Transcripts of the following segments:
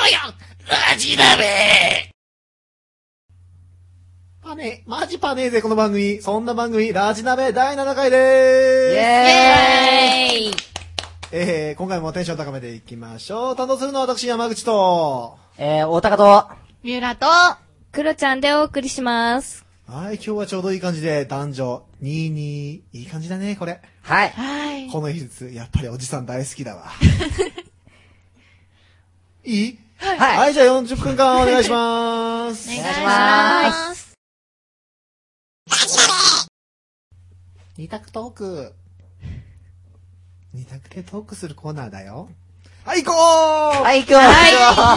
ラジ鍋マジパネーぜ、この番組。そんな番組、ラジ鍋第7回でーす。 イェーイ。 今回もテンション高めていきましょう。担当するのは私、山口と、 大高と、 三浦と、 クロちゃんでお送りします。 はい、今日はちょうどいい感じで、男女、22、いい感じだね、これ。 はい。 はい。 この技術、やっぱりおじさん大好きだわ。いい？ はい。 はい、じゃあ40分間お願いしまーす。 お願いします。 二択トーク。二択でトークするコーナーだよ。はい、行こうはい、行こう。はい。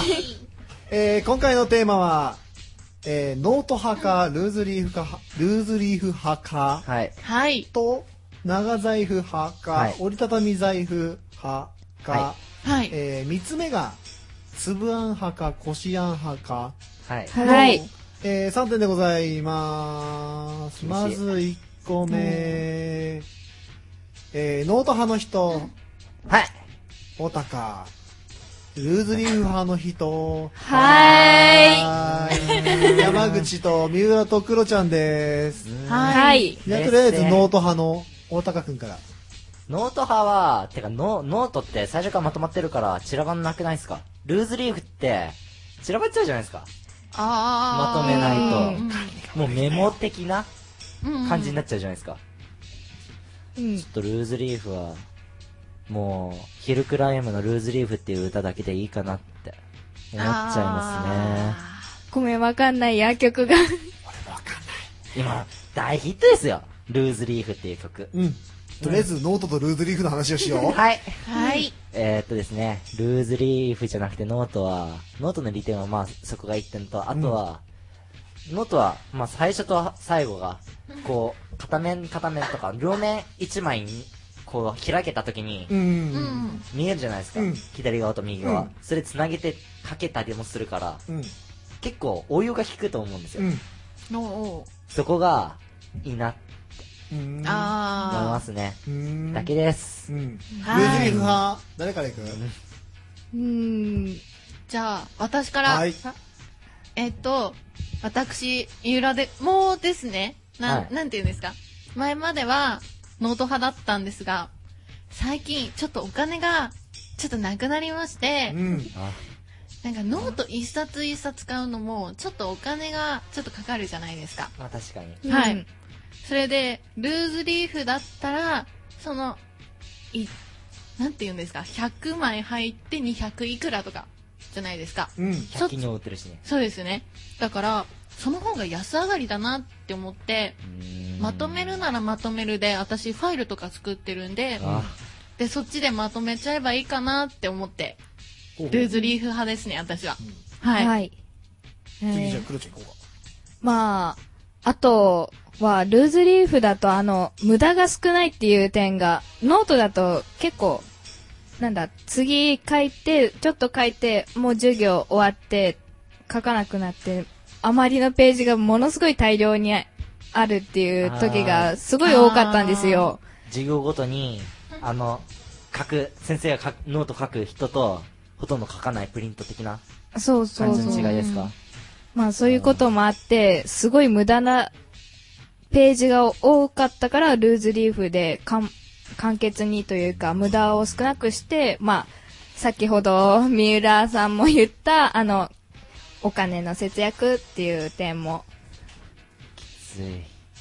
今回のテーマは、ノート派か、ルーズリーフ派か、 はい。 はい。 と、長財布派か、 はい折りたたみ財布派か、 はい。 三つ目が、粒あん派か、こしあん派か、 はい。 はい。 3点でございます。まず1個目、ノート派の人、 はい。 おたか、ルーズリーフ派の人、 はーい。山口と三浦とクロちゃんです。 はい。 じゃあとりあえずノート派の大高くんから。 ノート派は、てかノートって最初からまとまってるから散らばんなくないですか？ルーズリーフって散らばっちゃうじゃないですか。まとめないと。もうメモ的な感じになっちゃうじゃないですか。ちょっとルーズリーフは、もう、ヒルクライムのルーズリーフっていう歌だけでいいかなって思っちゃいますごめん、わかんないや、曲が。 ね。今、大ヒットですよ。ルーズリーフっていう曲。 うん。とりあえずノートとルーズリーフの話をしよう。 はい。 はい。 ですね、ルーズリーフじゃなくてノートの利点はまあそこが1点と、あとは、ノートは、まあ最初と最後が、こう、片面とか、両面1枚に、こう、開けた時に、見えるじゃないですか。左側と右側。それ繋げてかけたりもするから、結構応用が効くと思うんですよ。そこが、いいなって思いますね。だけです。 ルーズリーフ派、誰からいく？ じゃあ、私から。 はい。 私、三浦で、もうですね、なんて言うんですか。前までは、ノート派だったんですが、最近、ちょっとお金が、ちょっとなくなりまして、なんかノート一冊一冊買うのも、ちょっとお金が、ちょっとかかるじゃないですか。 まあ確かに。 はい。それで、ルーズリーフだったら、その、なんて言うんですか、100枚入って200いくらとか、じゃないですか。 100均にも売ってるしね。 そうですね。だから、その方が安上がりだなって思って、まとめるならまとめるで、私ファイルとか作ってるんで、で、そっちでまとめちゃえばいいかなって思って、ルーズリーフ派ですね、私は。はい。 次じゃあクロちゃん行こうか。 まあ、あとは、ルーズリーフだと無駄が少ないっていう点が、ノートだと結構、次書いて、ちょっと書いて、もう授業終わって、書かなくなって、あまりのページがものすごい大量にあるっていう時がすごい多かったんですよ。 授業ごとに、先生がノート書く人と、ほとんど書かないプリント的な感じの違いですか？ まあそういうこともあって、すごい無駄なページが多かったから、ルーズリーフで簡潔にというか、無駄を少なくして、まあ、先ほど三浦さんも言った、お金の節約っていう点も。 きつい。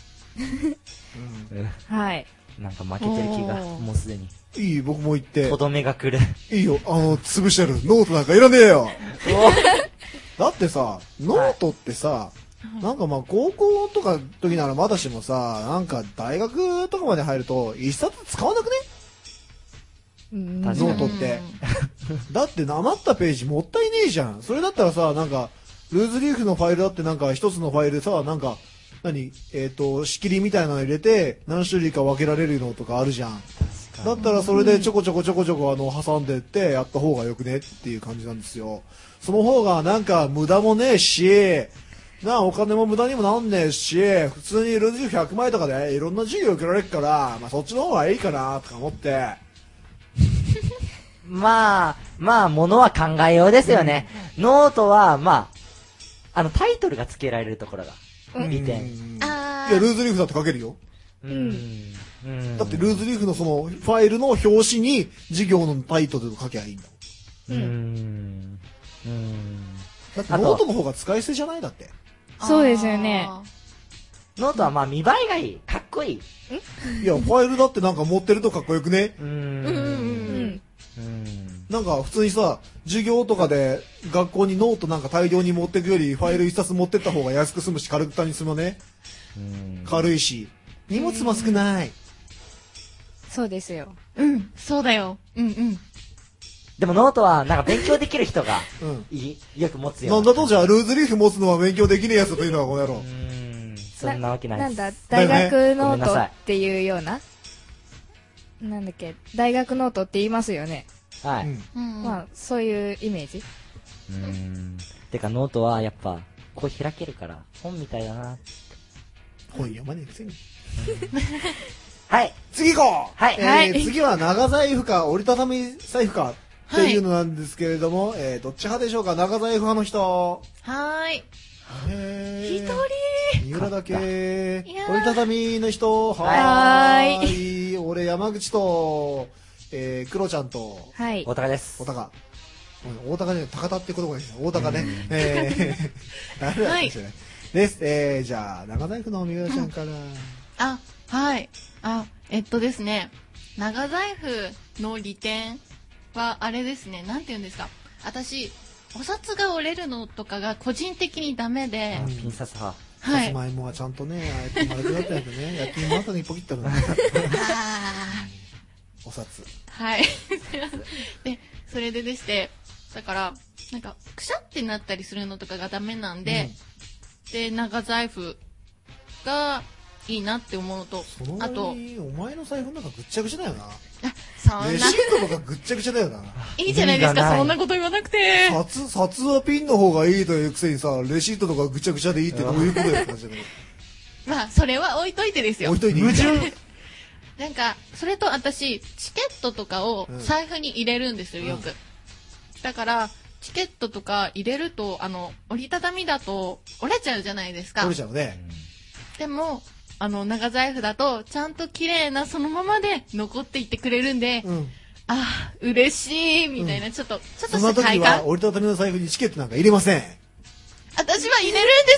はい。 なんか負けてる気が、もうすでに。 いい、僕も言って。 とどめが来る。 いいよ、潰してやる。ノートなんかいらねえよ。だってさ、ノートってさ、なんかまあ高校とかの時ならまだしもさ、なんか大学とかまで入ると一冊使わなくね？ノートって。だって余ったページもったいねえじゃん。それだったらさ、なんか、ルーズリーフのファイルだってなんか一つのファイルでさ、なんか、仕切りみたいなの入れて何種類か分けられるのとかあるじゃん。だったらそれでちょこちょこ挟んでってやった方がよくねっていう感じなんですよ。その方がなんか無駄もねえし、お金も無駄にもなんねえし、普通にルーズリーフ100枚とかでいろんな授業受けられるから、まあそっちの方がいいかなとか思って。 まあ、ものは考えようですよね。ノートは、タイトルが付けられるところが、利点。 いあや、ルーズリーフだって書けるよ。だってルーズリーフのそのファイルの表紙に授業のタイトルを書けばいいんだもん。だってノートの方が使い捨てじゃないだって。 そうですよね。 ノートは見栄えがいい。かっこいい。 いや、ファイルだってなんか持ってるとかっこよくね。なんか普通にさ、授業とかで学校にノートなんか大量に持ってくより、ファイル一冊持ってった方が安く済むし、軽く単に済むね。軽いし、荷物も少ない。 そうですよ。 そうだよ。 でもノートは、なんか勉強できる人が、よく持つよ。 なんだとじゃあ、ルーズリーフ持つのは勉強できねえやつというのはこの野郎。 そんなわけないです。 なんだ、大学ノートっていうような、なんだっけ、大学ノートって言いますよね。 はい。 そういうイメージ。 てかノートはやっぱ、こう開けるから、本みたいだな。 本読まねえくせに。 はい。 次行こう。 はい。 次は長財布か折りたたみ財布かっていうのなんですけれども、どっち派でしょうか。長財布派の人。 一人三浦だけ。折りたたみの人。俺山口と、クロちゃんと、 大高です。 大高。大高ね、高田ってことがいいです。大高ね。ダメだったんですよね。です。じゃあ、長財布の三浦ちゃんから。 ですね、長財布の利点は、あれですね、なんて言うんですか。私、お札が折れるのとかが個人的にダメで。 ピンサス派。 さつまいもはちゃんとね、あえて丸くなったやつね、焼き芋後にポキッとね。お札。 はい。で、それででして、だから、なんか、くしゃってなったりするのとかがダメなんで、で、長財布がいいなって思うのと、あと、 お前の財布なんかぐっちゃぐちゃだよな。 そんな。 レシートとかぐっちゃぐちゃだよな。 いいじゃないですか、そんなこと言わなくて。 札はピンの方がいいというくせにさ、レシートとかぐちゃぐちゃでいいってどういうことですか、 それは置いといてですよ。 置いといていい。 矛盾。 なんか、それと私、チケットとかを財布に入れるんですよ、よく。だから、チケットとか入れると、折りたたみだと折れちゃうじゃないですか。 折れちゃうね。 でも、長財布だと、ちゃんと綺麗なそのままで残っていってくれるんで、嬉しいみたいな、ちょっとした快感。 その時は折りたたみの財布にチケットなんか入れません。 私は入れるんです。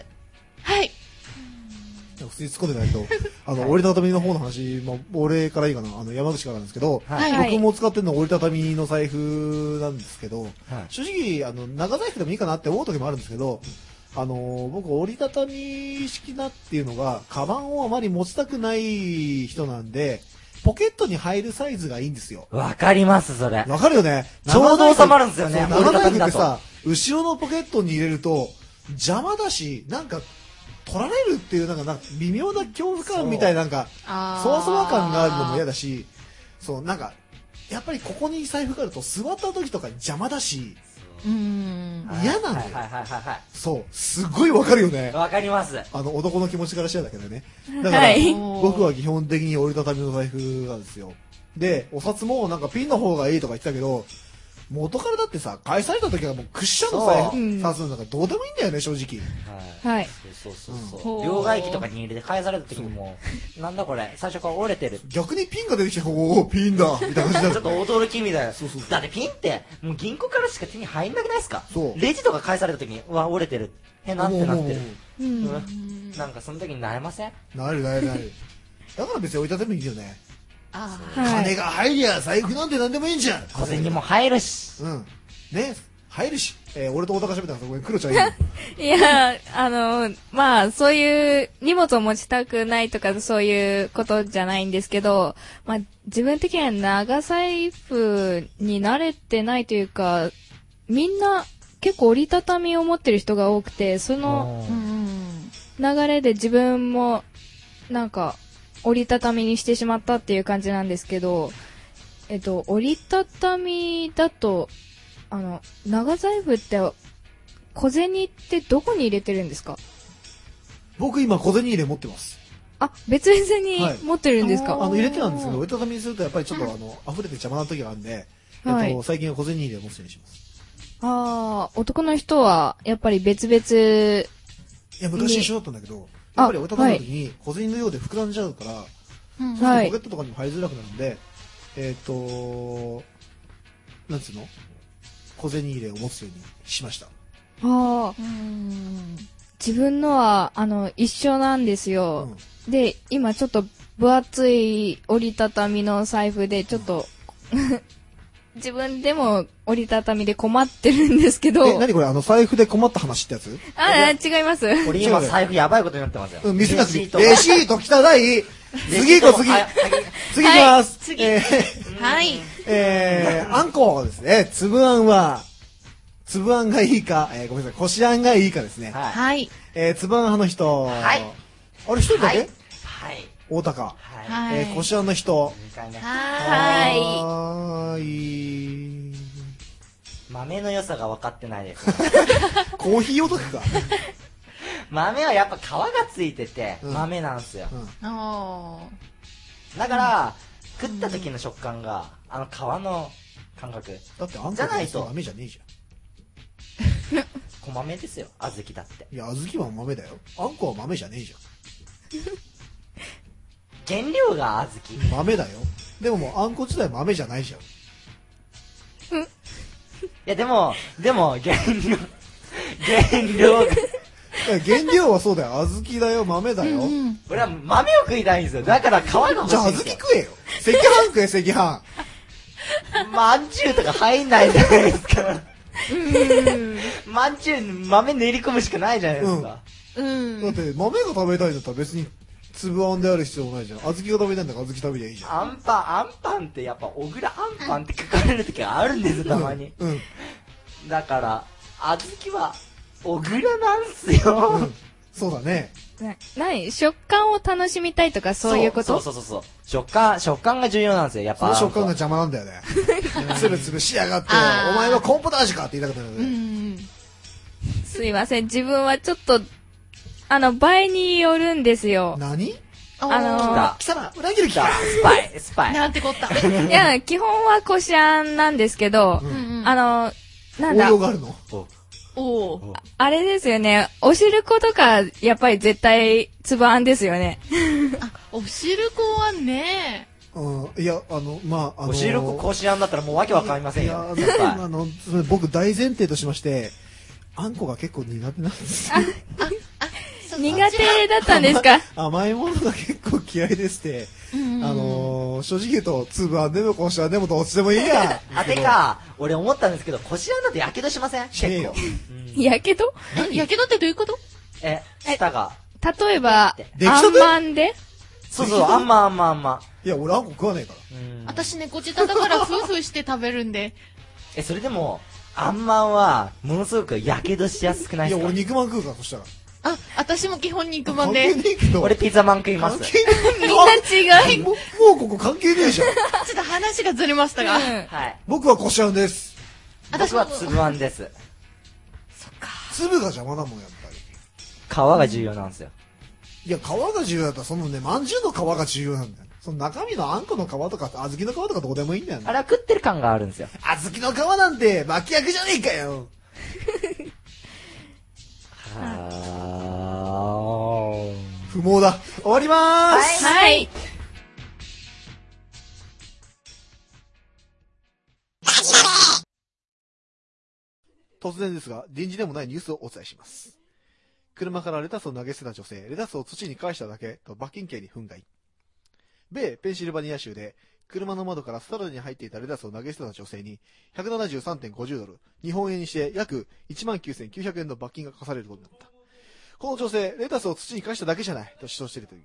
はい。 普通に突っ込んでないと、折りたたみの方の話、俺からいいかな、山口からなんですけど、僕も使ってるのは折りたたみの財布なんですけど、正直、長財布でもいいかなって思う時もあるんですけど、僕、折りたたみ式だっていうのが、カバンをあまり持ちたくない人なんで、ポケットに入るサイズがいいんですよ。 わかります、それ。 わかるよね。 ちょうど収まるんですよね、 長財布ってさ、後ろのポケットに入れると、邪魔だし、なんか、取られるっていう、なんか、微妙な恐怖感みたいな、なんか、そわそわ感があるのも嫌だし、そう、なんか、やっぱりここに財布があると、座った時とか邪魔だし、嫌なんだよ。そう、すごいわかるよね。 わかります。 男の気持ちからしてだけどね。だから、僕は基本的に折りたたみの財布なんですよ。で、お札もなんかピンの方がいいとか言ってたけど、元からだってさ、返された時はもうクッションの財布刺すのなんかどうでもいいんだよね、正直。 はい。 そう。両替機とかに入れて返された時にもう、なんだこれ、最初から折れてる。 逆にピンが出てきて、おお、ピンだみたいな感じだ。 ちょっと驚きみたいな。だってピンって、もう銀行からしか手に入んなくないですか？レジとか返された時に、うわ、折れてる。なんてなってる。なんかその時になれません？ なる。だから別に折りたたみいいよね。金が入りゃ財布なんて何でもいいんじゃん。 小銭も入るし。 ね、入るし。俺と大高喋ったから、これクロちゃんいいの？ いや、そういう荷物を持ちたくないとかそういうことじゃないんですけど、自分的には長財布に慣れてないというか、みんな結構折りたたみを持ってる人が多くて、その流れで自分もなんか、折りたたみにしてしまったっていう感じなんですけど、折りたたみだと、長財布って小銭ってどこに入れてるんですか？ 僕今小銭入れ持ってます。 別々に持ってるんですか？ 入れてたんですけど、折りたたみにするとやっぱりちょっと溢れて邪魔な時があるんで、 はい。 最近は小銭入れを持つようにします。 ああ、男の人は、やっぱり別々、 いや、昔一緒だったんだけど、やっぱり折りたたんだ時に小銭のようで膨らんじゃうから、 うんはいポケットとかにも入りづらくなるんで、なんつうの小銭入れを持つようにしました。 ああ、自分のは、一緒なんですよ。で、今ちょっと分厚い折りたたみの財布で、ちょっと、自分でも折りたたみで困ってるんですけど。 何これ財布で困った話ってやつ？ 違います。 俺今財布やばいことになってますよ。 見せなくていい。 レレシート汚い。次行こう、次。次行きます。 次はい。 あんこですね。粒あんは、粒あんがいいか、ごめんなさい、こしあんがいいかですね。 はい。 粒あん派の人。 はい。 あれ、一人だけ？ はい。 大高。 はい。 こしあんの人。 2回目。 はーい。 豆の良さが分かってないです。 コーヒーオタクか。 豆はやっぱ皮がついてて、 うん豆なんすよ。だから、食った時の食感が、皮の感覚。 だってあんこじゃないと豆じゃねえじ小豆ですよ、小豆だって。 ゃん。いや、小豆は豆だよ。あんこは豆じゃねえじ原料が小豆。 ゃん。豆だよ。でももうあんこ自体豆じゃないじゃん。 いや、でも、原料が、 原料はそうだよ。小豆だよ、豆だよ。 俺は豆を食いたいんですよ。だから皮が欲しじゃあいんですよ。 小豆食えよ。赤飯食え、赤飯。 まんじゅうとか入んないじゃないですか。まんじゅう豆練り込むしかないじゃないですか。 だって豆が食べたいんだったら別に粒あんである必要ないじゃん。小豆が食べたいんだから小豆食べりゃいいじゃん。 アンパンってやっぱ小倉アンパンって書かれる時があるんですよ、たまに。だから小豆は小倉なんすよ。 そうだね。 食感を楽しみたいとかそういうこと？ そう。食感が重要なんですよ、やっぱ。 その食感が邪魔なんだよね。つるつるしやがって、お前はコーンポタージュかって言いたくなるね。 すいません、自分はちょっと、場合によるんですよ。 何？ 来た。 貴様、裏切る気か。 スパイ。 なんてこった。 いや、基本はこしあんなんですけど、なんだ応用、があるの？ あれですよね、お汁粉とか、やっぱり絶対、粒あんですよね。 お汁粉はね、 いや、 お汁粉こしあんだったらもうわけわかりませんよ。 僕大前提としまして、あんこが結構苦手なんですよ。 苦手だったんですか？ 甘いものが結構嫌いでして、正直言うと、粒あんでもこしあんでもどっちでもいいや。 てか、俺思ったんですけど、こしあんだってやけどしません？ しねえよ。 やけど？ やけどってどういうこと？ 舌が。 例えば、 出来たてあんまんで？ そう、あんま。 いや、俺あんこ食わねえから。 私猫舌だからフーフーして食べるんで。 それでも、あんまんは、ものすごくやけどしやすくないいや、 ですか？ 俺肉まん食うから、そしたら。 私も基本肉まん関で。 係ねえけど。 俺ピザマン食います。 関係ねえ。 みんな違い。 もうここ関係ねえじゃん。 ちょっと話がずれましたが。 はい。 僕はこしあんです。 僕は粒あんです。 粒が邪魔だもん、やっぱり。 皮が重要なんですよ。 いや、皮が重要だったら、そのね、まんじゅうの皮が重要なんだよ。その中身のあんこの皮とか、小豆の皮とかどうでもいいんだよね。 あれは食ってる感があるんですよ。 小豆の皮なんて、巻き役じゃねえかよ。不毛だ。終わりまーす。 はい。 突然ですが、臨時でもないニュースをお伝えします。車からレタスを投げ捨てた女性、レタスを土に返しただけと罰金刑に憤慨。米ペンシルバニア州で、車の窓からスタラに入っていたレタスを投げ捨てた女性に、173.50ドル、日本円にして約 19,900 円の罰金が課されることになった。この女性、レタスを土に返しただけじゃないと主張しているという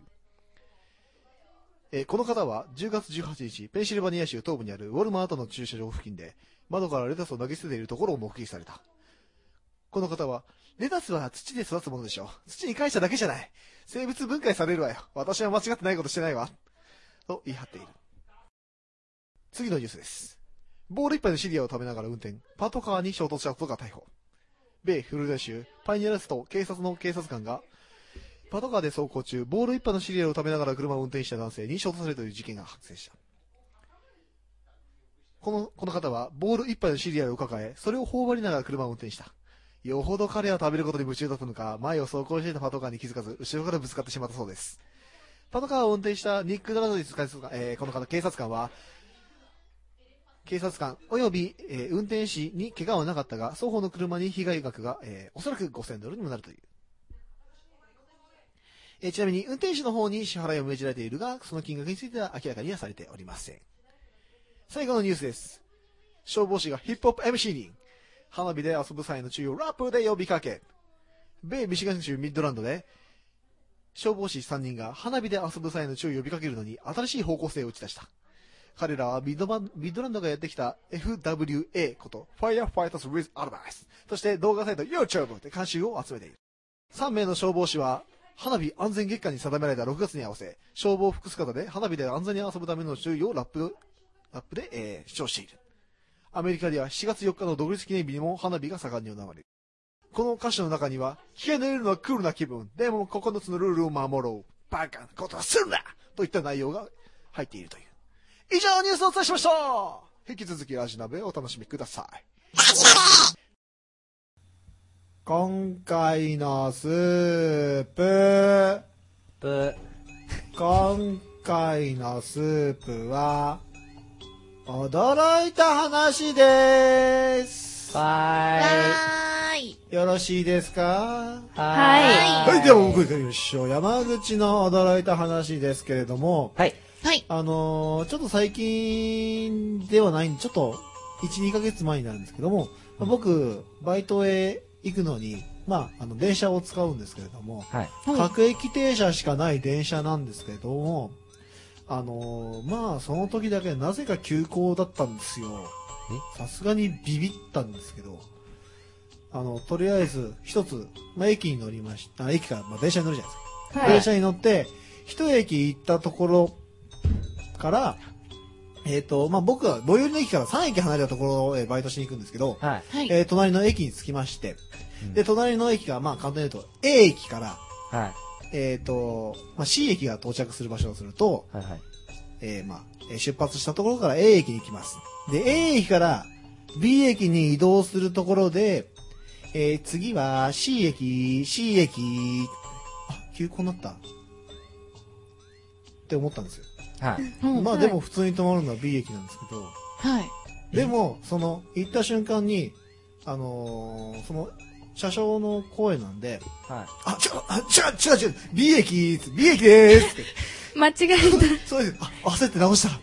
。この方は10月18日、ペンシルバニア州東部にあるウォルマートの駐車場付近で、窓からレタスを投げ捨てているところを目撃された。この方は、レタスは土で育つものでしょう。土に返しただけじゃない。生物分解されるわよ。私は間違ってないことしてないわ。と言い張っている。次のニュースです。ボール一杯のシリアを食べながら運転、パトカーに衝突した男が逮捕。米フロリダ州パイニアラスト警察の警察官が、パトカーで走行中、ボール一杯のシリアを食べながら車を運転した男性に衝突されるという事件が発生した。 この方はボール一杯のシリアルを抱え、それを頬張りながら車を運転した。よほど彼は食べることに夢中だったのか、前を走行していたパトカーに気づかず、後ろからぶつかってしまったそうです。パトカーを運転したニック・ダラドリスこの方警察官は、警察官及び、運転士に怪我はなかったが、双方の車に被害額が、おそらく$5000にもなるという。ちなみに運転手の方に支払いを命じられているが、その金額については明らかにはされておりません。最後のニュースです。消防士がヒップホップ MC に花火で遊ぶ際の注意をラップで呼びかけ。米ミシガン州ミッドランドで消防士3人が花火で遊ぶ際の注意を呼びかけるのに新しい方向性を打ち出した。彼らはミッドランドがやってきた FWA こと Firefighters with Advice として動画サイト YouTube で監修を集めている。3名の消防士は花火安全月間に定められた6月に合わせ、消防服姿で花火で安全に遊ぶための注意をラップで、主張している。アメリカでは7月4日の独立記念日にも花火が盛んに行われる。この歌詞の中には、気が寝るのはクールな気分、でも9つのルールを守ろう、バカなことはするなといった内容が入っているという。以上ニュースをお伝えしました。引き続きラジ鍋をお楽しみください。今回のスープ。今回のスープは、驚いた話です。 はよろしいですか？ はいはい、では僕行きましょう。山口の驚いた話ですけれども、 はい。 はい。 ちょっと最近ではないんで、ちょっと1、2ヶ月前になるんですけども、僕、バイトへ行くのに、電車を使うんですけれども、 はい。 各駅停車しかない電車なんですけれども、その時だけなぜか急行だったんですよ。さすがにビビったんですけど、とりあえず一つ、駅に乗りました。駅から、電車に乗るじゃないですか。 はい電車に乗って、一駅行ったところから、僕は最寄りの駅から3駅離れたところへバイトしに行くんですけど、 はい。 はい。 隣の駅に着きまして、 うんで、隣の駅が、簡単に言うと、A 駅から、 はい。 C 駅が到着する場所をすると、 はい。はい。 出発したところから A 駅に行きます。で、A 駅から B 駅に移動するところで、次は C 駅、急行になったって思ったんですよ。 はい。 でも普通に止まるのは B 駅なんですけど、 はい。 でも、行った瞬間に、車掌の声なんで、違う、B 駅でーすって。 間違えそうです。焦って直した。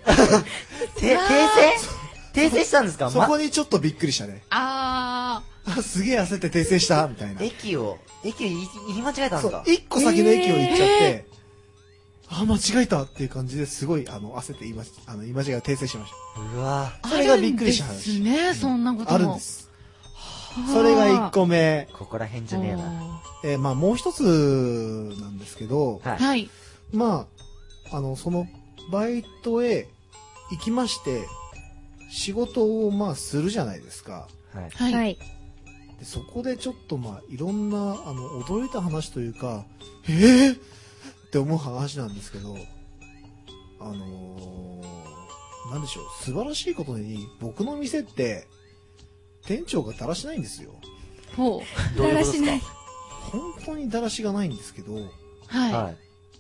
訂正したんですか？ そこにちょっとびっくりしたね。すげえ焦って訂正した、みたいな。 駅を言い間違えたんですか？ 一個先の駅を行っちゃって、間違えたっていう感じですごい、焦って言い間違いを訂正しましうわた。それがびっくりしたで話。 すね、そんなことも。 あるんです。それが1個目。 ここら辺じゃねえな。 もう一つなんですけど、 はい。 はい。 そのバイトへ行きまして、仕事をするじゃないですか。 はい。 た。 はい。 はい。 でそこでちょっといろんな驚いた話というか、って思う話なんですけど、なんでしょう、素晴らしいことに僕の店って店長がだらしないんですよ。 ほどういうことですか？ 本当にだらしがないんですけど、 う。はい。 はい。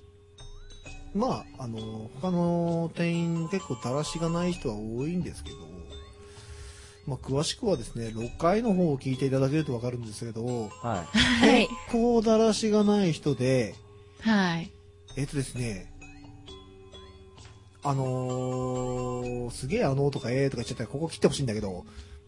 他の店員結構だらしがない人は多いんですけど、詳しくはですね、6回の方を聞いていただけるとわかるんですけど、 はい。 はい。 結構だらしがない人で、 はい。 ですね、すげえとかとか言っちゃったらここ切ってほしいんだけど、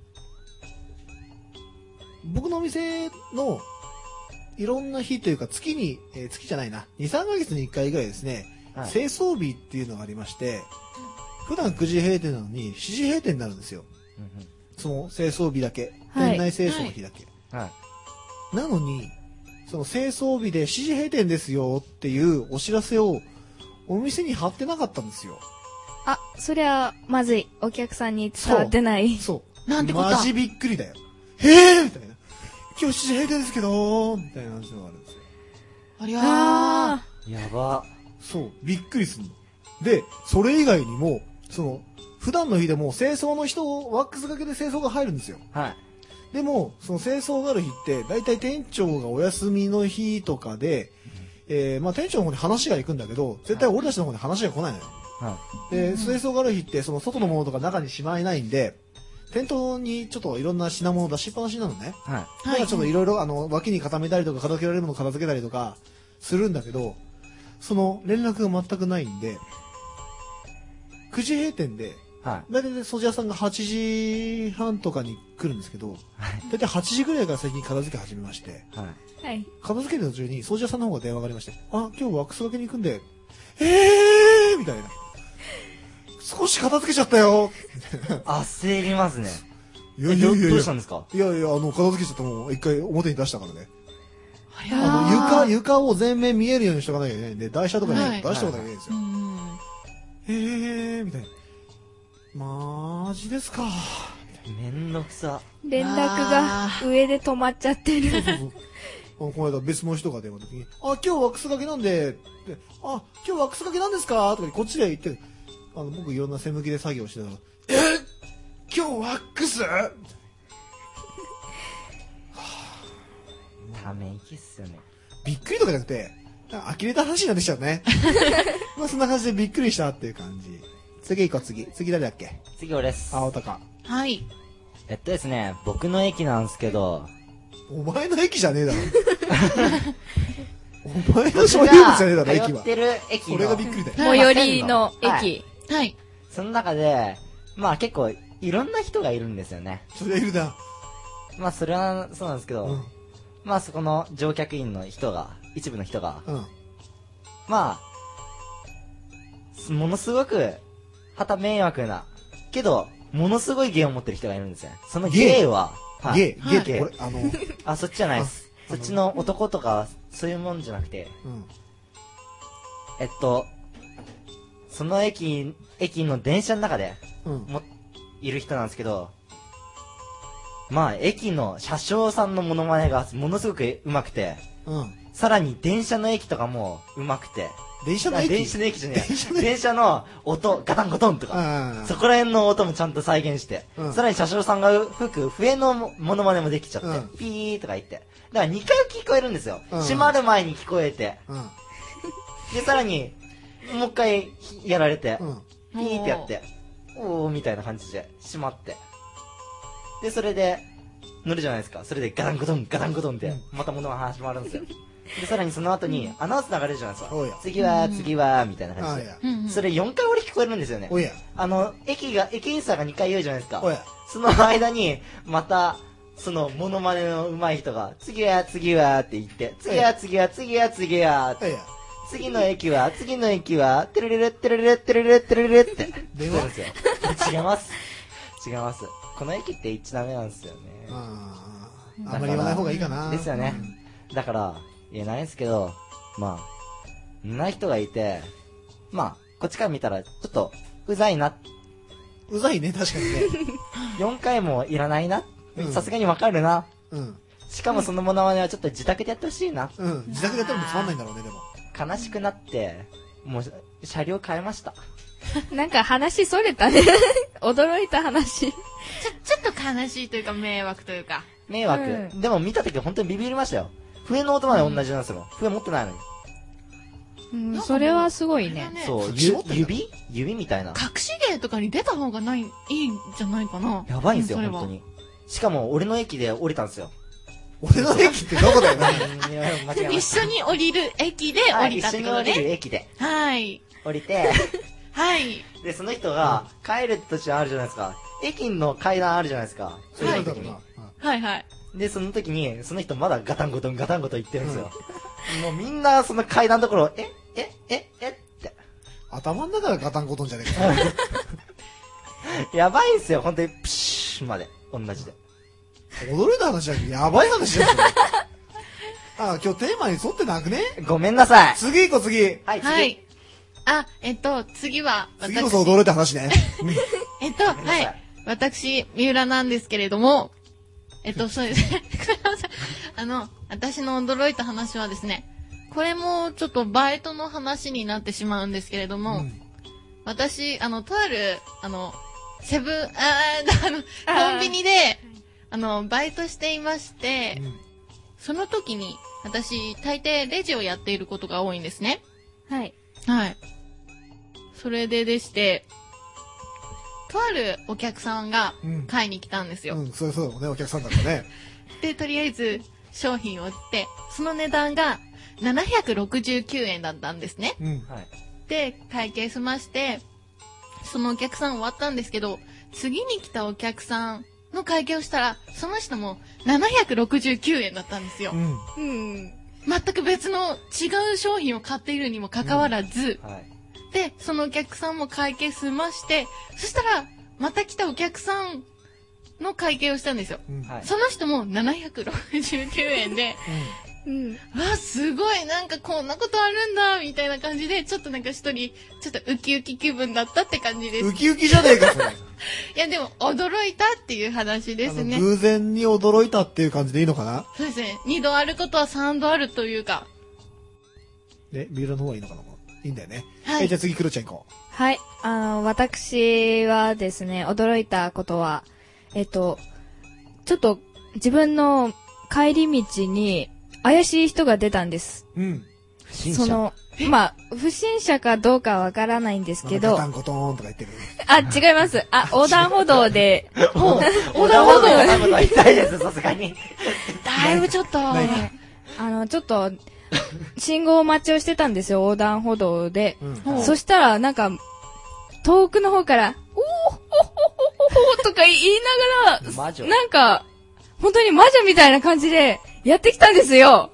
僕のお店のいろんな日というか月に、月じゃないな、2、3ヶ月に1回ぐらいですね、 はい。 清掃日っていうのがありまして、普段9時閉店なのに7時閉店になるんですよ。その清掃日だけ。 はい店内清掃の日だけ。 はい。 なのに、その清掃日で7時閉店ですよっていうお知らせをお店に貼ってなかったんですよ。 そりゃ、まずい。お客さんに伝わってない。 そう。 なんてことマジびっくりだよ。へぇーみたいな。今日7時閉店ですけどみたいな話があるんですよ。 ありゃー。 あやば。 そう。びっくりするの。で、それ以外にも、 普段の日でも清掃の人、ワックスがけで清掃が入るんですよ。 はい。 でも、その清掃がある日って、だいたい店長がお休みの日とかで、まあ店長の方に話が行くんだけど、絶対俺たちの方に話が来ないのよ。 はで、清掃がある日って、その外のものとか中にしまえないんで、店頭にちょっといろんな品物を出しっぱなしなのね。 い。はい。 だからちょっといろいろ脇に固めたりとか片付けられるものを片付けたりとかするんだけど、その連絡が全くないんで、9時閉店で、 は大体掃除屋さんが8時半とかに来るんですけど、大体8時ぐらいから最近片付け始めまして、 い。はい。 はい。 片付けてる途中に掃除屋さんの方が電話がありまして、あ、今日ワックスがけに行くんで、みたいな。少し片付けちゃったよ。 焦りますね。 いやいやいやいやどうしたんですか？ いやいや、片付けちゃったもん、一回表に出したからね。 ありゃ床を全面見えるようにしとかなきゃいけないんで、台車とかにはい出しておかなきゃいけないんですうよ。 ん。 みたいな。マジですか。 めんどくさ。 連絡が上で止まっちゃってる。 この間別の人が電話の時に、あ、今日ワックス掛けなんで、あ、今日ワックス掛けなんですかとかこっちで言って、僕いろんな背向きで作業してたら、今日ワックスため息っすよね。 びっくりとかじゃなくて、呆れた話になってきちゃうね。まあそんな感じでびっくりしたっていう感じ。次行こう、次誰だっけ？ 次俺です。 青高。 はい。 ですね、僕の駅なんですけど、 お前の駅じゃねえだろ。お前の所有物じゃねえだろ、駅は通っ。てる駅の。 これがびっくりだよ。 最寄りの駅。 はい。 その中で、まあ結構いろんな人がいるんですよね。 そりゃいるな。 まあそれはそうなんですけど、 うん。 まあそこの乗客員の人が、一部の人が、 うん。 まあ、ものすごく、はた迷惑な、けど、ものすごい芸を持ってる人がいるんですよ。その芸は、はいゲーってこれ、 あ、そっちじゃないです。 あそっちの男とか、そういうもんじゃなくて、 うん。 その駅の電車の中で、 うん。 いる人なんですけど、まあ、駅の車掌さんのモノマネがものすごく上手くて、 うん。 さらに電車の駅とかも上手くて、 電車の駅電車の駅じゃねえ。電車の音、ガタンゴトンとか、 あそこら辺の音もちゃんと再現して、 うんさらに車掌さんが吹く笛のモノマネもできちゃって、 うんピーとか言って。だから2回聞こえるんですよ。 うん閉まる前に聞こえて、 うん。 で、さらに、もう一回やられて、 うん。 ピーってやって、おーみたいな感じで閉まって。で、それで、乗るじゃないですか。それでガタンゴトン、ガタンゴトンって、また物が始まるんですよ。で、さらにその後に、アナウンス流れるじゃないですかおや。 次は、次は、みたいなあ感じであや。。 うんうん。 それ4回俺聞こえるんですよね。 おや。 駅員さんが2回言うじゃないですか。 おや。 その間に、また、その、モノマネの上手い人が、次は、次は、って言って、次は、次は、次は、次は、 おや。 次の駅は、次の駅は、テレレレ、テレレレ、テレレレ、テレレレって。 電話そうですよ。違います。違います。この駅って言っちゃダメなんですよね。 あんまり言わない方がいいかな。 ですよね。だから、言えないんですけど、まあ、んな人がいて、まあ、こっちから見たら、ちょっと、うざいな、 うざいね、確かにね。 4回もいらないなう、んさすがにわかるな。 うん。 しかもそのモノマネはちょっと自宅でやってほしいな。 うん。自宅でやったらつまんないんだろうね、でも。 悲しくなって、もう、車両変えました。 なんか話それたね。驚いた話。 ちょっと悲しいというか迷惑というか。 迷惑。 うでも見た時本当にビビりましたよ。笛の音まで同じなんですよ。笛持ってないのに。 うん、それはすごいね。 ねそう、 隠し持ってんだ指みたいな。 隠し芸とかに出た方がいいんじゃないかな。 やばいんですよ、 それは本当に。しかも、俺の駅で降りたんですよ。 俺の駅ってどこだよな。 いや間違えま一した緒に降りる駅で降りたってことはい、一緒に降りるね。 駅で。 はい。 降りて、 はい。 で、その人が、帰る途中あるじゃないですか。駅の階段あるじゃないですか。 それなんだろうな。 はいはい。 で、その時に、その人まだガタンゴトンガタンゴトン言ってるんですよ。もうみんなその階段のところ、って。 頭の中がガタンゴトンじゃねえか。 やばいんすよ、本当に、プシューまで。同じで。 驚いた話じゃなくて、やばい話じゃん。それあ、今日テーマに沿ってなくね？ ごめんなさい。 次行こう、次。 はい、次。 はい。あ、次は、 次こそ驚いた話ね。 はい。私、三浦なんですけれども、そうですね。私の驚いた話はですね、これもちょっとバイトの話になってしまうんですけれども、 私、とある、セブン、コンビニで、バイトしていまして、その時に、私、大抵レジをやっていることが多いんですね。 はい。 はい。それででして、とあるお客さんが買いに来たんですよ。 そうだもんね、お客さんだからね。 で、とりあえず、商品を売って、その値段が769円だったんですね。 はい。 で、会計済まして、そのお客さん終わったんですけど、次に来たお客さんの会計をしたら、その人も769円だったんですよ。全く別の違う商品を買っているにもかかわらず、 はい。 で、そのお客さんも会計済まして、そしたら、また来たお客さんの会計をしたんですよ。 はい。 その人も769円で、わ、すごい、なんかこんなことあるんだ、みたいな感じで、ちょっとなんか一人、ちょっとウキウキ気分だったって感じです。 ウキウキじゃねえか、それ。 いや、でも、驚いたっていう話ですね。 偶然に驚いたっていう感じでいいのかな？ そうですね。2度あることは3度あるというか。 ね、ビールの方がいいのかな？いいんだよね。 はい。 じゃあ次、クロちゃん行こう。 はい。私はですね、驚いたことは、ちょっと自分の帰り道に怪しい人が出たんです。 不審者。 不審者かどうかわからないんですけど。 ガタンコトーンとか言ってる。 違います。横断歩道で。 横断歩道は痛いです、さすがに。 だいぶちょっと。 ちょっと、信号待ちをしてたんですよ、横断歩道で。そしたら、なんか、遠くの方から、おーほほほほとか言いながら、 魔女。 なんか、本当に魔女みたいな感じで、やってきたんですよ。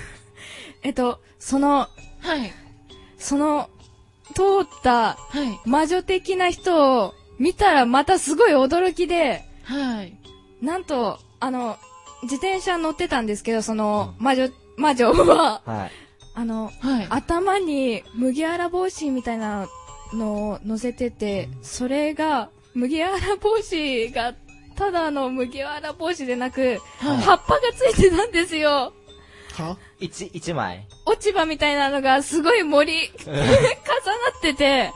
はい。 その、通った魔女的な人を見たらまたすごい驚きで、 はい。 なんと、自転車乗ってたんですけど、その魔女は、 はい。 はい。 頭に麦わら帽子みたいなのを乗せてて、それが、麦わら帽子が、ただの麦わら帽子でなく、葉っぱがついてたんですよ。 は？ 一枚。 落ち葉みたいなのがすごい重なってて。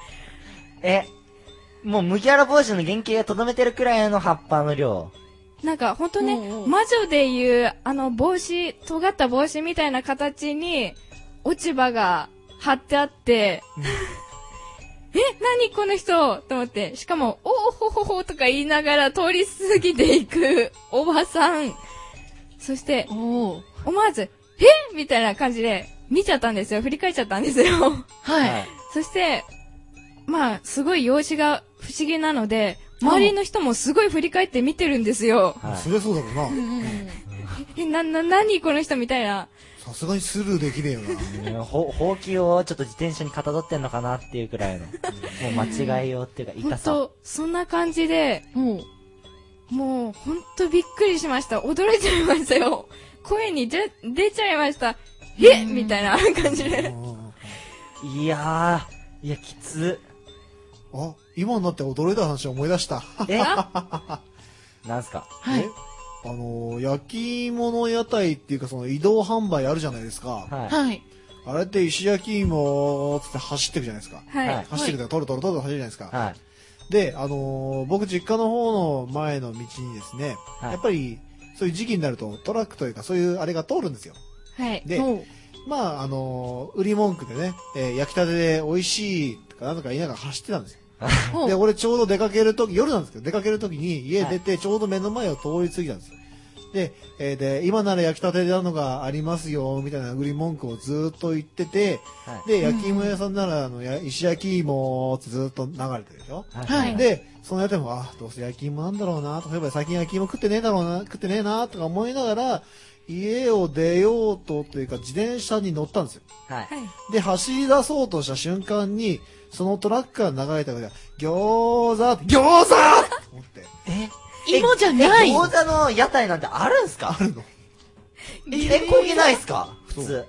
もう麦わら帽子の原型がとどめてるくらいの葉っぱの量。 なんかほんとね、魔女でいう帽子、尖った帽子みたいな形に落ち葉が貼ってあって、何この人と思って、しかも、おーほほほとか言いながら通り過ぎていくおばさん。そして、思わず、みたいな感じで見ちゃったんですよ。振り返っちゃったんですよ。 はい。 そして、すごい容姿が不思議なので、周りの人もすごい振り返って見てるんですよ。 そりゃそうだろうな。 何この人みたいな。 さすがにスルーできねえよな。 ほうきをちょっと自転車にかたどってんのかなっていうくらいの、もう間違いようっていうか、痛さ。 ほんと、そんな感じで、もう、ほんとびっくりしました。驚いちゃいましたよ。声に出ちゃいました。みたいな感じで。 いや、きつ。 今になって驚いた話を思い出した。 なんすか？ はい。 焼き芋の屋台っていうか、その移動販売あるじゃないですか。 はい。 あれって石焼き芋つって走ってるじゃないですか。 はい。 走ってるからトロトロトロトロ走るじゃないですか。 はい。 で、僕実家の方の前の道にですね、やっぱりそういう時期になるとトラックというかそういうあれが通るんですよ。 はい。 で、売り文句でね、焼きたてで美味しいとかなんとか言いながら走ってたんですよ。で、俺ちょうど出かけるとき、夜なんですけど、出かけるときに家出てちょうど目の前を通り過ぎたんですよ。で、今なら焼きたてなのがありますよ、みたいな売り文句をずーっと言ってて、で、焼き芋屋さんなら、石焼き芋ってずーっと流れてるでしょ。 はい。 で、そのやっても、どうせ焼き芋なんだろうな、例えば最近焼き芋食ってねえな、とか思いながら、家を出ようというか、自転車に乗ったんですよ。 はい。 で、走り出そうとした瞬間に、そのトラックから流れたから餃子と思って。 芋じゃない。 餃子の屋台なんてあるんすか？ あるの。 焦げないっすか？普通。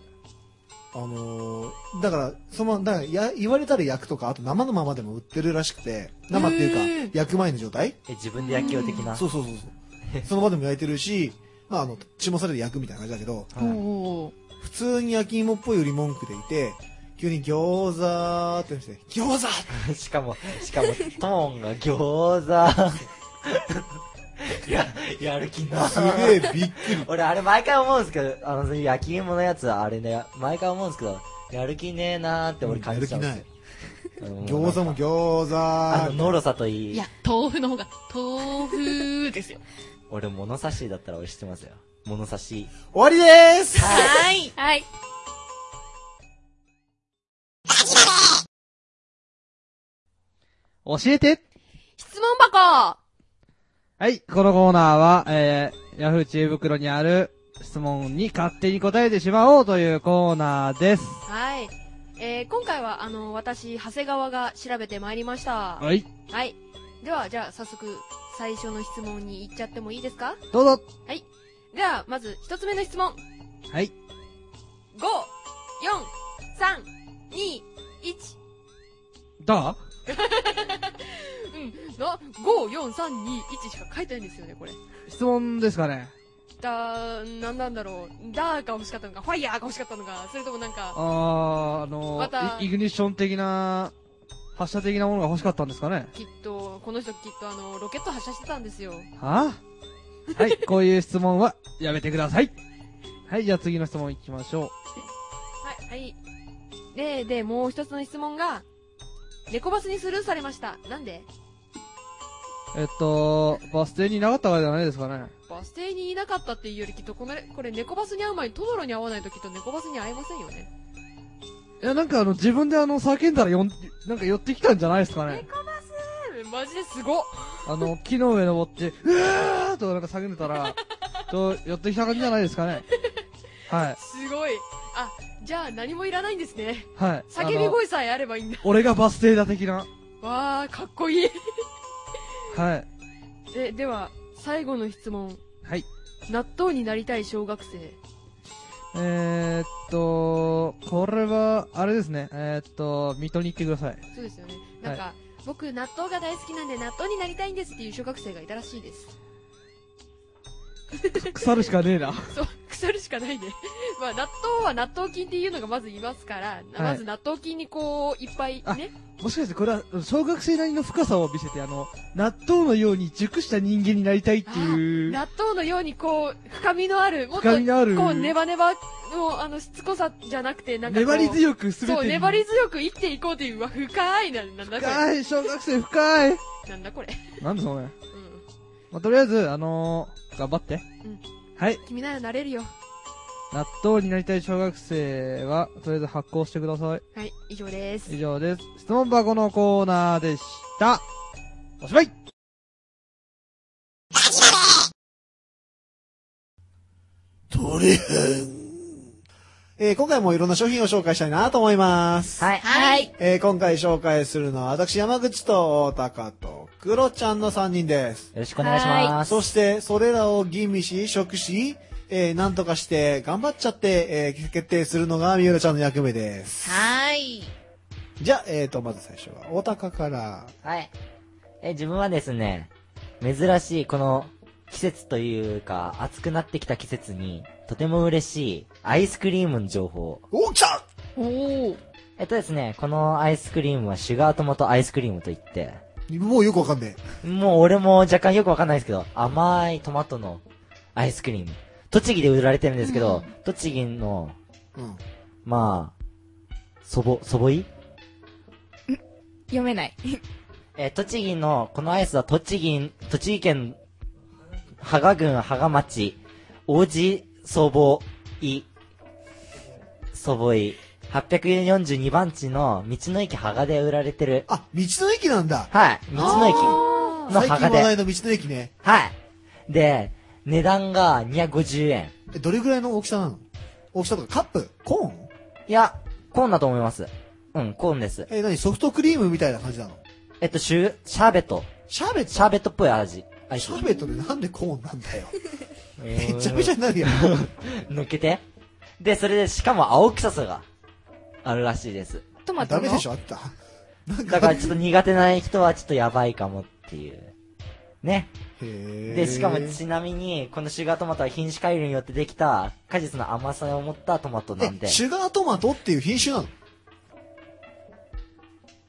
だから、言われたら焼くとか、あと生のままでも売ってるらしくて、生っていうか、焼く前の状態？ 自分で焼き用的な。 そう。その場でも焼いてるし、血もされて焼くみたいな感じだけど、普通に焼き芋っぽい売り文句でいて、 急に餃子って言って、餃子しかも、トーンが餃子。やる気なすげえびっくり。 俺、あれ毎回思うんですけど、焼き芋のやつはあれね、毎回思うんですけど、やる気ねえなーって俺感じちゃうんですよ。 餃子も餃子。 のろさといい。 いや、豆腐の方が、豆腐ですよ。 俺、物差しだったら俺知ってますよ。物差し。 終わりでーす。 はい。 はい。 教えて。 質問箱。 はい、このコーナーは、ヤフー知恵袋にある質問に勝手に答えてしまおうというコーナーです。 はい。今回は、私、長谷川が調べてまいりました。 はい。 はい。では、じゃあ、早速、最初の質問に行っちゃってもいいですか？ どうぞ。 はい。では、まず、一つ目の質問。 はい。 5、4、3、2、1。 どう？ 5、4、3、2、1しか書いてないんですよね、これ。 質問ですかね。 なんだろう。ダーが欲しかったのか、ファイヤーが欲しかったのか、それともなんか、またイグニッション的な、発射的なものが欲しかったんですかね。 この人きっとロケット発射してたんですよ。 はぁ、はい、こういう質問はやめてください。はい、じゃあ次の質問行きましょう。 はい、はい。で、もう一つの質問が、猫バスにスルーされました。なんで？ バス停にいなかったからじゃないですかね。 バス停にいなかったっていうよりきっとこれ猫バスに会う前にトドロに会わないときっと猫バスに会えませんよね。 いや、なんか自分で叫んだらなんか寄ってきたんじゃないですかね。 猫バスマジですごっ。 木の上登って、うわーとかなんか叫んでたら、寄ってきた感じじゃないですかね。はい。 すごい。あ、じゃあ何もいらないんですね。 はい。 叫び声さえあればいいんだ。 俺がバス停だ的な。 わー、かっこいい。 はい。 では、最後の質問。 はい。 納豆になりたい小学生。 これは、あれですね。水戸に行ってください。 そうですよね。なんか、僕、納豆が大好きなんで納豆になりたいんですっていう小学生がいたらしいです。 腐るしかねえな。 そう、腐るしかないね。まあ、納豆は納豆菌っていうのがまずいますから、まず納豆菌にこう、いっぱいね。 もしかしてこれは、小学生なりの深さを見せて、納豆のように熟した人間になりたいっていう。 納豆のようにこう、深みのある、もっと、 深みのあるこう、ネバネバの、しつこさじゃなくて、なんかこう。 粘り強くすべてに。 そう、粘り強く生きていこうっていう、深いなんだこれ。 深い、小学生深い。 なんだこれ。 なんでそれ。まあ、とりあえず、頑張って。 うん。 はい。 君ならなれるよ。 納豆になりたい小学生は、とりあえず発行してください。 はい、以上です。 以上です。質問箱のコーナーでした。おしまい。 トリヘン。今回もいろんな商品を紹介したいなと思います。 はい。 はい。 今回紹介するのは私山口と大高とクロちゃんの3人です。 よろしくお願いします。 そしてそれらを吟味し、食し、なんとかして頑張っちゃって、決定するのがみゆらちゃんの役目です。 はい。 じゃあ、まず最初は大高から。 はい。自分はですね、珍しいこの季節というか、暑くなってきた季節に、とても嬉しいアイスクリームの情報。 お、来た！ おー。 ですね、このアイスクリームはシュガートマトアイスクリームといって、 もうよくわかんねもう俺も若干よくわかんないですけど、甘いトマトのアイスクリーム。栃木で売られてるんですけど、栃木の、まあ、祖母い読めない。 栃木の、このアイスは栃木県、芳賀郡芳賀町、王子祖母い、842番地の道の駅芳賀で売られてる。 あ、道の駅なんだ。 はい、道の駅の最近芳賀で。 話題の道の駅ね。 はい。で、値段が250円。 どれぐらいの大きさなの？大きさとかカップ？コーン？ いや、コーンだと思います。うん、コーンです。 何ソフトクリームみたいな感じなの？ シャーベット。 シャーベット？ シャーベットっぽい味。 シャーベットでなんでコーンなんだよ。めちゃめちゃになるやん。 乗っけて。で、それで、しかも青臭さがあるらしいです。 トマトのダメでしょ、あった。 だからちょっと苦手な人はちょっとやばいかもっていう。ね。で、しかもちなみに、このシュガートマトは品種改良によってできた果実の甘さを持ったトマトなんで。 シュガートマトっていう品種なの？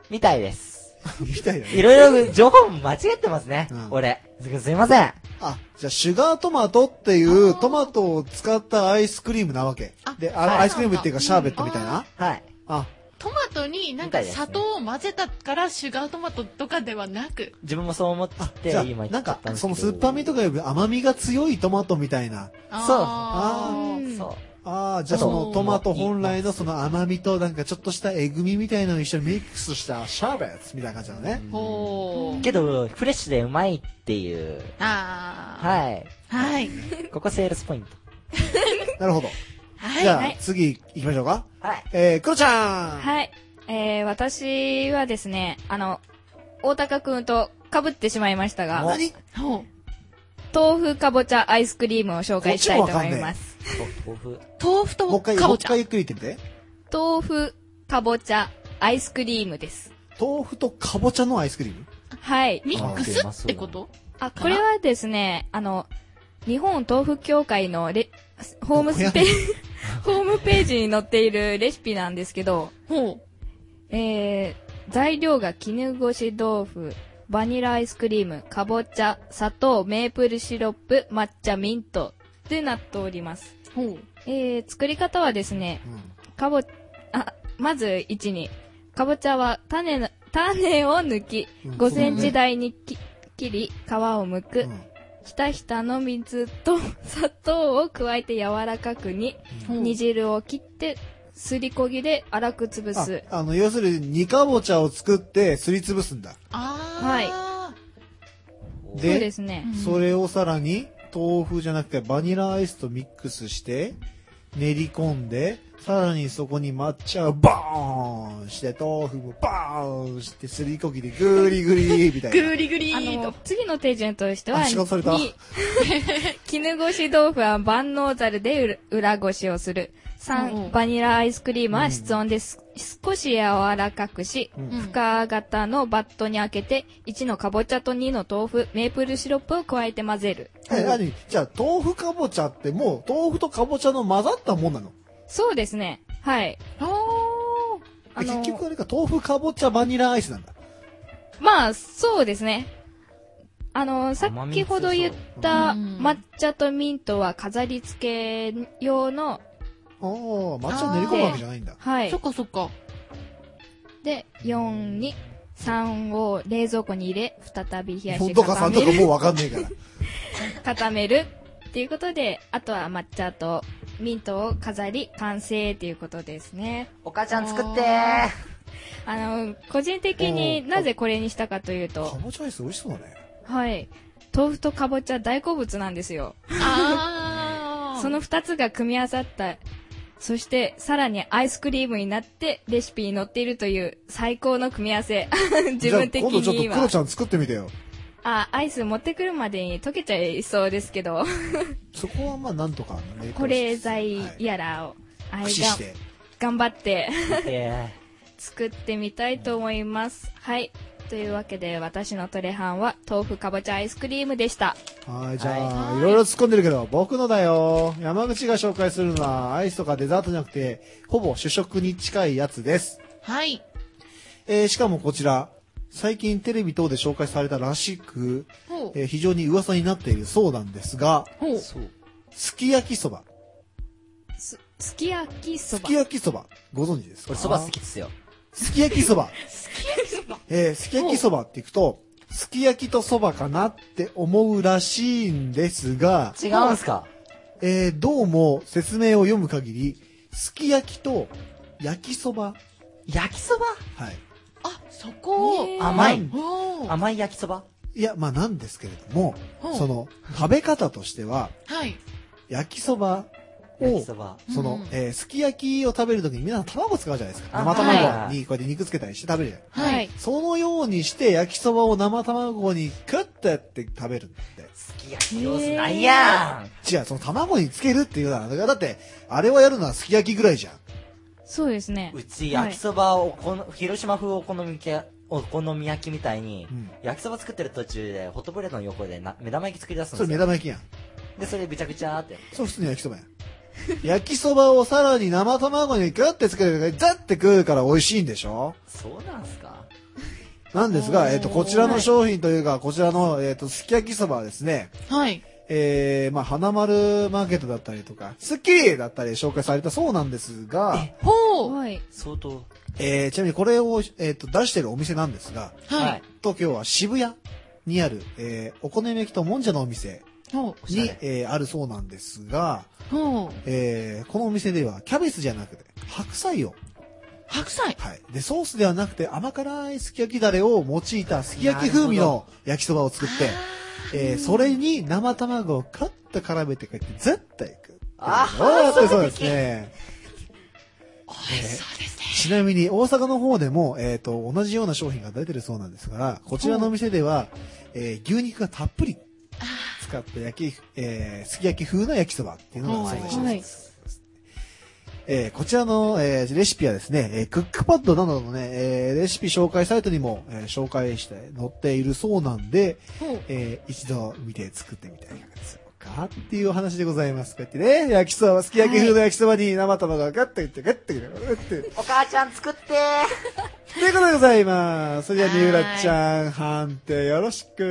みたいです。 みたいだね。 いろいろ情報間違ってますね、 うん俺。すいません。 あ、じゃあ、シュガートマトっていうトマトを使ったアイスクリームなわけ。で、 はいアイスクリームっていうかシャーベットみたいな。 はい。 あ、 トマトになんか砂糖を混ぜたからシュガートマトとかではなく。 自分もそう思ってじゃあ、 今言なんかっちゃったん、ですけど。 その酸っぱみとかより甘みが強いトマトみたいな。 あーそう。 ああ、じゃあそのトマト本来のその甘みとなんかちょっとしたえぐみみたいなのを一緒にミックスしたシャーベットみたいな感じなのね。 ほー。 けど、フレッシュでうまいっていう。 あー。 はい。 はい。 ここセールスポイント。 なるほど。 はい。 じゃあはい次行きましょうか。 はい。 クロちゃん。 はい。私はですね、大高くんと被ってしまいましたが、 何ほう。 豆腐かぼちゃアイスクリームを紹介したいと思います。 豆腐。 豆腐もう一回、 とかぼちゃもう一回。ゆっくり言ってみて。 豆腐かぼちゃアイスクリームです。 豆腐とかぼちゃのアイスクリームはい。 ミックスってこと？ あ、これはですね、日本豆腐協会のホームページに載っているレシピなんですけど、 ほう。 材料が絹ごし豆腐、バニラアイスクリーム、かぼちゃ、砂糖、メープルシロップ、抹茶、ミントでなっております。 ほう。 作り方はですね、 うん。 まず1に、かぼちゃは種を抜き、 うん 5センチ大に切り、皮を剥く。 うんひたひたの水と砂糖を加えて柔らかくに、煮汁を切って、すりこぎで粗く潰す。 要するに煮かぼちゃを作ってすりつぶすんだ。 あそうですね。 それをさらに豆腐じゃなくてバニラアイスとミックスして練り込んで、さらにそこに抹茶をバーンして豆腐もバーンしてすりこぎでグリグリみたいー。 な。 ぐりぐりーと。 次の手順としては、 あ仕方された絹ごし豆腐は万能ざるで裏ごしをする。3、バニラアイスクリームは室温で少し柔らかくし、深型のバットに開けて、1のかぼちゃと2の豆腐、メープルシロップを加えて混ぜる。 何じゃあ豆腐かぼちゃってもう豆腐とかぼちゃの混ざったもんなの？ そうですね。はい。 結局あれか、豆腐かぼちゃバニラアイスなんだ。 まあ、そうですね。先ほど言った抹茶とミントは飾り付け用の、 抹茶練り込むわけじゃないんだ。 はいそ。っかそっか。 で、4に、3を冷蔵庫に入れ、再び冷やし本当か3とかもうわかんねえから。 固めるっていうことで、あとは抹茶とミントを飾り、完成っていうことですね。 お母ちゃん作って個人的になぜこれにしたかというかと、 ぼちゃアイス美味しそうだね。 はい。豆腐とかぼちゃ大好物なんですよ。 あー。 その2つが組み合わさった、そしてさらにアイスクリームになってレシピに載っているという最高の組み合わせ。自分的じゃあ今度ちょっとにはクロち。ゃん作ってみてよ。 アイス持ってくるまでに溶けちゃいそうですけど、 そこはまあなんとかね保冷剤やらを、 駆使して。 頑張ってえ作ってみたいと思います。はい。というわけで私のトレハンは豆腐かぼちゃアイスクリームでした。 はい、じゃあ、いろいろ突っ込んでるけど、僕のだよ。山口が紹介するのは、アイスとかデザートじゃなくて、ほぼ主食に近いやつです。 はい。 しかもこちら、最近テレビ等で紹介されたらしく、 ほう。 非常に噂になっているそうなんですが、 ほう。 すき焼きそば。 すき焼きそばすき。焼きそば、ご存知ですか？ 俺そば好きですよ。 すき焼きそば。すき焼きそばっていくと、すき焼きとそばかなって思うらしいんですが、 違うんすか？ どうも説明を読む限り、すき焼きと焼きそば。 焼きそばはい。 あ、そこ。 甘い。 おー。 甘い焼きそばいや、まあなんですけれども、 ほうその、食べ方としては、 はい。 焼きそばを焼きそ、ば。 その、すき焼きを食べるときにみんな卵使うじゃないですか。 あ生はい卵にこうやって肉つけたりして食べるじゃん。 はい。 そのようにして焼きそばを生卵にクッてやって食べるんだって。 すき焼き上手ないやん。 違う、その卵につけるっていうのは、だって、あれをやるのはすき焼きぐらいじゃん。 そうですね。 うち焼きそばを広島風お好み焼きみたいに、 うん焼きそば作ってる途中でホットプレートの横で目玉焼き作り出すんそれですよ。 目玉焼きやん。 で、それびちゃくちゃーって。 そう普通に焼きそばやん。焼きそばをさらに生卵にグッてつけて、ザッて食うから美味しいんでしょ？ そうなんすか？ なんですが、こちらの商品というか、こちらの、すき焼きそばはですね、 はい。 まあ、花丸マーケットだったりとか、スッキリだったり紹介されたそうなんですが、 ほう。 はい。 相当。 ちなみにこれを、出してるお店なんですが、 はい。 東京は渋谷にある、お好み焼きともんじゃのお店ほう。 に、あるそうなんですが、 ほう。 このお店ではキャベツじゃなくて白菜を、 白菜。 はい。で、ソースではなくて甘辛いすき焼きだれを用いたすき焼き風味の焼きそばを作って、それに生卵をカッと絡めてこうやってずっといく。そうですね。 美味しそうですね。 ちなみに大阪の方でも、同じような商品が出てるそうなんですが、こちらのお店では、牛肉がたっぷり使ったすき焼き風な焼きそばっていうのがそうでした。 はい。 こちらの、レシピはですね、クックパッドなどのね、レシピ紹介サイトにも、紹介して載っているそうなんで、 ほう。 一度見て作ってみてはいかがでしょうかっていうお話でございます。こうやってね、焼きそば、すき焼き風の焼きそばに生卵がガッといって、ガッといって、ガッといって。 お母ちゃん作ってということでございます。それでは、三浦ちゃん、判定よろしく。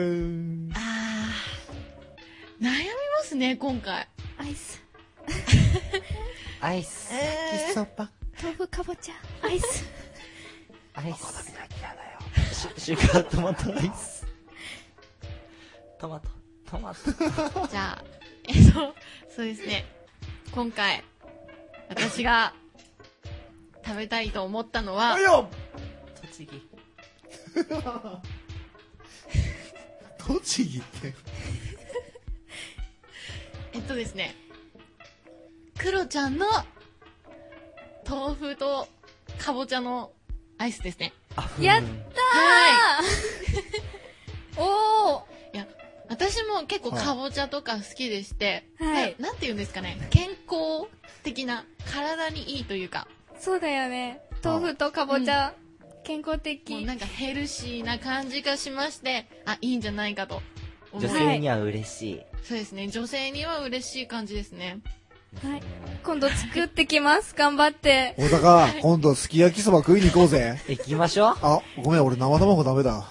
悩みますね、今回。 アイス。 アイス。 そば。 豆腐かぼちゃ。アイス。 アイス。シュガートマトアイス。トマト。 じゃあ、そうですね。今回、私が食べたいと思ったのは、 栃木。 栃木って。 ですね、クロちゃんの豆腐とかぼちゃのアイスですね。 やったはーおーい。いや、私も結構かぼちゃとか好きでして、 はいなんて言うんですかね、健康的な、体にいいというか、 そうだよね。豆腐とかぼちゃ、健康的。 もうなんかヘルシーな感じがしまして、いいんじゃないかと思い女性には嬉しい。 そうですね、女性には嬉しい感じですね。 はい。今度作ってきます。頑張って。 大高、今度すき焼きそば食いに行こうぜ。 行きましょう。 あ、ごめん、俺生卵ダメだ。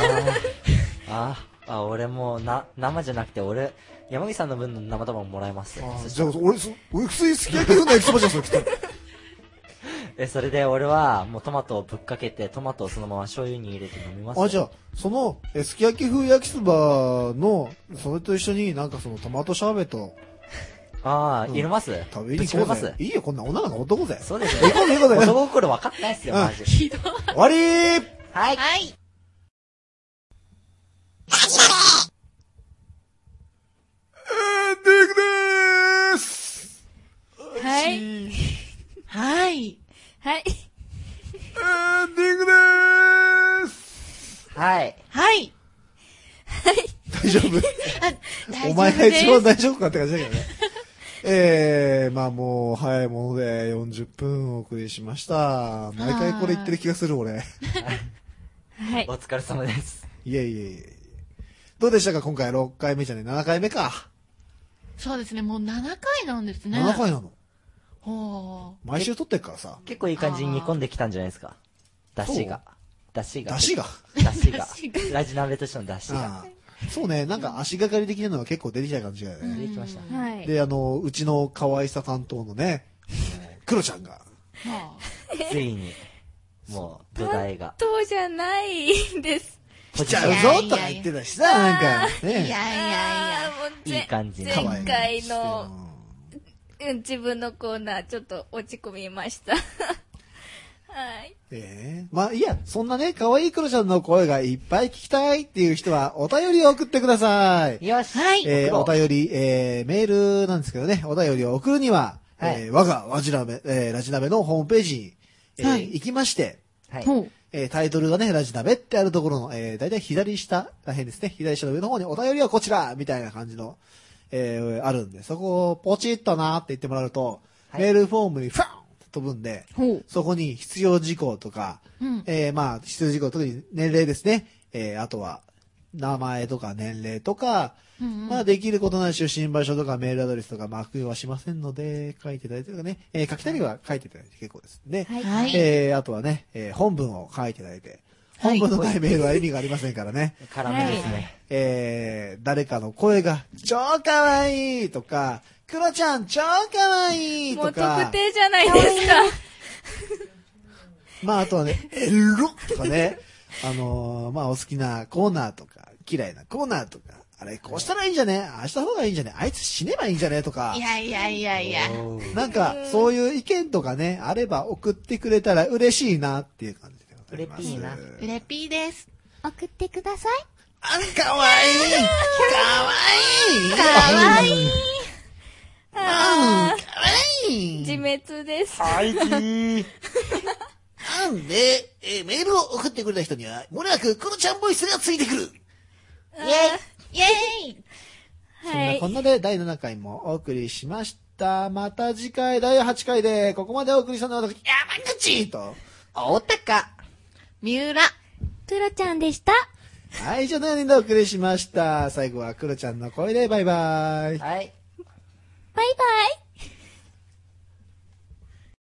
俺も生じゃなくて山口さんの分の生卵もらえます。 じゃあ、俺普通にすき焼き風な焼きそばじゃん、それ来たら。 それで俺はもうトマトをぶっかけてトマトをそのまま醤油に入れて飲みます。 じゃあ、その、すき焼き風焼きそばの、それと一緒になんかそのトマトシャーベット入れます食べに行こうぶち込みぜ。いいよ、こんな女なんか男ぜ。 そうです行こうぜ、行こうぜ。 男心分かってないっすよ、マジ。 ひどい。 終わりーはい。 はい。 エンディングでーすはい。 はい。 はい。 エンディングでーすはい。 はい。 大丈夫お前が一番大丈夫かって感じだけどね。まあもう、早いもので40分お送りしました。毎回これ言ってる気がする、俺。 はい。 お疲れ様です。 いえいえいえ。どうでしたか今回6回目じゃね、7回目か。 そうですね、もう7回なんですね。 7回なの。 ほ毎週撮ってっからさ。 結構いい感じに煮込んできたんじゃないですか。出汁が。 出汁が。 ラジ鍋としての出汁が。 そうね、なんか足がかり的なのが結構出てきた感じがね。 出てきました。 はい。 で、うちの可愛さ担当のね、クロちゃんが、 う。はついに、もう、土台が。 そうじゃないです。 来ちゃうぞとか言ってたしさ、なんか、 いやいね。 やいや。 もういい感じに。 可愛い前回の、自分のコーナーちょっと落ち込みました。はい。 まあ、いいや、そんなね、可愛いクロちゃんの声がいっぱい聞きたいっていう人は、お便りを送ってください。 よし。 はい。 お便り、メールなんですけどね、お便りを送るには、 はい我がラジナベのホームページに、 はい行きまして、 はい。 ほう。 タイトルがね、ラジナベってあるところの、だいたい左下らへんですね。左下の上の方にお便りはこちらみたいな感じの、あるんで、そこをポチッとなーって言ってもらうと、 はいメールフォームにファンって飛ぶんで、 ほう。 そこに必要事項とか、 うん。 まあ、必要事項、特に年齢ですね。あとは、名前とか年齢とか、 うんまあ、できることない出身場所とかメールアドレスとか、まあ、悪用はしませんので、書いていただいてとかね、書きたいは書いていただいて結構ですね。 はい。 はい。 あとはね、本文を書いていただいて、 本文のないメールは意味がありませんからね。 辛めですね。 誰かの声が超かわいいとか、クロちゃん超かわいいもうとか。 特定じゃないですか。 まああとはね、エロとかね、まあお好きなコーナーとか、嫌いなコーナーとか、あれこうしたらいいんじゃねああした方がいいんじゃねあいつ死ねばいいんじゃねとか。 いやいやいやいや。 なんか、そういう意見とかね、あれば送ってくれたら嬉しいなっていう感じでございます。 うれぴーなうれぴーです。 送ってください。 あんかわいいかわいいかわいい。 かわいい自滅です。 はいきー。 なんで、メールを送ってくれた人には、もれなく、このちゃんボイスがついてくる。 イェーイ。 そんなこんなで第7回もお送りしました。また次回第8回で、ここまでお送りしたのは私、山口と、 おたか。 三浦。 クロちゃんでした。 はい、以上の4人でお送りしました。最後はクロちゃんの声でバイバイ。 はい。 バイバイ。